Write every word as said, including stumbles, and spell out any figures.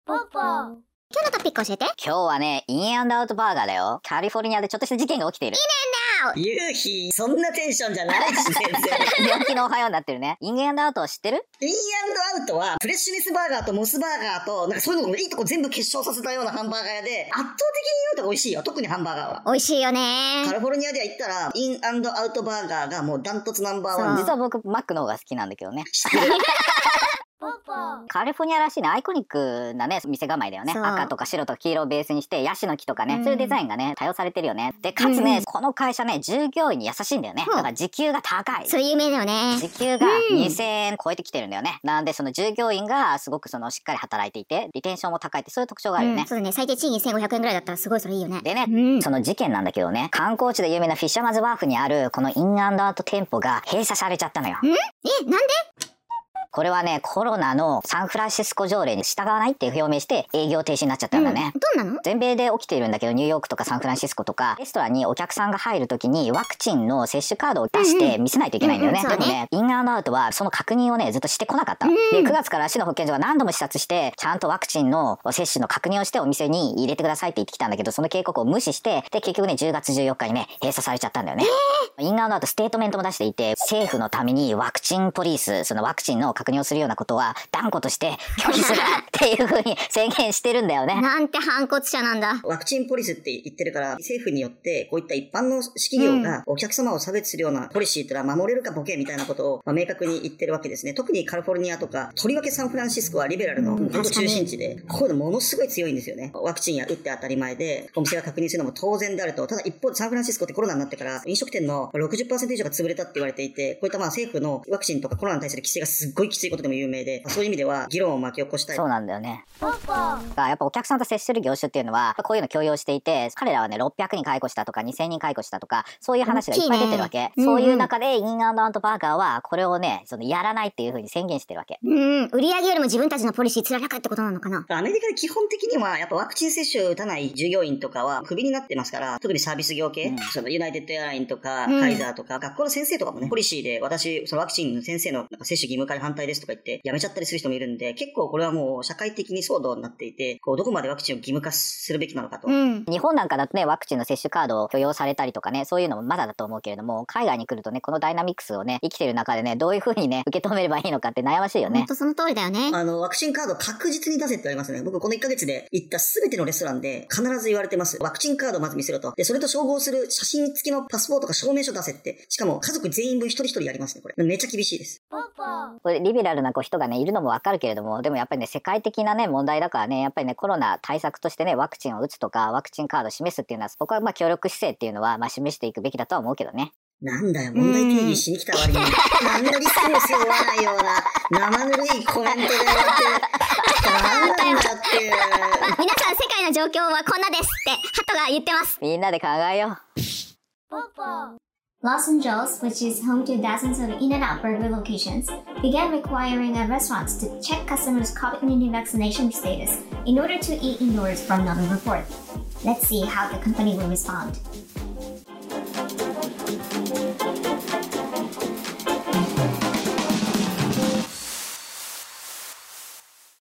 ポッポー。 今日のトピック教えて。 今日はね、インアンドアウトバーガーだよ。カリフォルニアでちょっとした事件が起きている。 ゆうひ、そんなテンションじゃないし、全然。 病気のおはようになってるね。インアンドアウトを知ってる？ インアンドアウトは、フレッシュネスバーガーとモスバーガーと、なんかそういうののいいとこ全部結晶させたようなハンバーガー屋で、圧倒的に言うと美味しいよ。特にハンバーガーは。 美味しいよね。 カリフォルニアでは言ったら、インアンドアウトバーガーがもうダントツナンバーワン。 実は僕、マックの方が好きなんだけどね。 知ってる？ カリフォルニアらしいね、アイコニックなね、店構えだよね。赤とか白とか黄色をベースにして、ヤシの木とかね、うん、そういうデザインがね、多用されてるよね。で、かつね、うん、この会社ね、従業員に優しいんだよね。だから時給が高い。 それ有名だよね。 時給がにせんえん超えてきてるんだよね。うん、なんで、その従業員がすごくそのしっかり働いていて、リテンションも高いって、そういう特徴があるよね。 うん、そうだね。最低賃金せんごひゃくえんぐらいだったらすごいそれいいよね。 でね、 うん、 その事件なんだけどね、観光地で有名なフィッシャーマンズワーフにある、このインアンドアウト店舗が閉鎖されちゃったのよ。 ん？え、なんで？ これはね、コロナのサンフランシスコ条例に従わないって表明して営業停止になっちゃったんだね。 うん、どうなの？ 全米で起きているんだけど、ニューヨークとかサンフランシスコとか、レストランにお客さんが入るときにワクチンの接種カードを出して見せないといけないんだよね。でもね、インアンドアウトはその確認をね、ずっとしてこなかった。うん、で、くがつから市の保健所が何度も視察して、ちゃんとワクチンの接種の確認をしてお店に入れてくださいって言ってきたんだけど、その警告を無視して、で、結局ね、じゅうがつじゅうよっかにね、閉鎖されちゃったんだよね。えー、インアンドアウトステートメントも出していて、政府のためにワクチンポリース、そのワクチンの確認をするようなことは、断固として拒否するっていう風に宣言してるんだよね。 なんて反骨者なんだ。 ワクチンポリスって言ってるから、政府によってこういった一般の企業がお客様を差別するようなポリシーってのは守れるかボケみたいなことを、まあ、明確に言ってるわけですね。特にカリフォルニアとか、とりわけサンフランシスコはリベラルの本当中心地で、こういうのものすごい強いんですよね。ワクチンや打って当たり前で、お店が確認するのも当然であると。ただ一方でサンフランシスコってコロナになってから飲食店の ろくじゅっパーセント 以上が潰れたって言われていて、こういったまあ政府のワクチンとかコロナに対する規制がすっごいきついことでも有名で、そういう意味では議論を巻き起こしたい。 そうなんだよね。やっぱお客さんと接する業種っていうのはこういうの強要していて、彼らはねろっぴゃくにん解雇したとかにせんにん解雇したとか、そういう話がいっぱい出てるわけ。ね、そういう中でインアンドアウトバーガーはこれをね、そのやらないっていう風に宣言してるわけ。 うん、売り上げよりも自分たちのポリシー貫くってことなのかな。 アメリカで基本的にはやっぱワクチン接種を打たない従業員とかはクビになってますから、特にサービス業系、うん、そのユナイテッドエアラインとか、うん、カイザーとか、学校の先生とかもね、ポリシーで私、そのワクチンの先生のなんか接種義務化に反対ですとか言って辞めちゃったりする人もいるんで、結構これはもう社会的に騒動になっていて、こうどこまでワクチンを義務化するべきなのかと、うん、 日本なんかだとね、ワクチンの接種カードを許容されたりとかね、そういうのもまだだと思うけれども、海外に来るとね、このダイナミックスをね、生きてる中でね、どういう風にね、受け止めればいいのかって悩ましいよね。 ほんとその通りだよね。 あの、ワクチンカード確実に出せって言われますね。僕このいっかげつで行ったすべてのレストランで必ず言われてます。ワクチンカードをまず見せろと。で、それと照合する写真付きのパスポートか証明書出せって。しかも家族全員分一人一人やりますね、これ。めっちゃ厳しいです。 これリベラルな人がね、いるのもわかるけれども、でもやっぱりね、世界的なね、問題だからね、やっぱりね、コロナ対策としてね、ワクチンを打つとか、ワクチンカードを示すっていうのは、僕はまあ協力姿勢っていうのは、まあ示していくべきだとは思うけどね。 なんだよ、問題定義しに来た割に、何のリスクも背負わないような、生ぬるいコメントでやって、なんなんだっていう。 皆さん、世界の状況はこんなですって、ハトが言ってます。 みんなで考えよう。 Los Angeles, which is home to dozens of In-N-Out Burger locations, began requiring uh, restaurants to check customers' COVID nineteen vaccination status in order to eat indoors from November fourth. Let's see how the company will respond.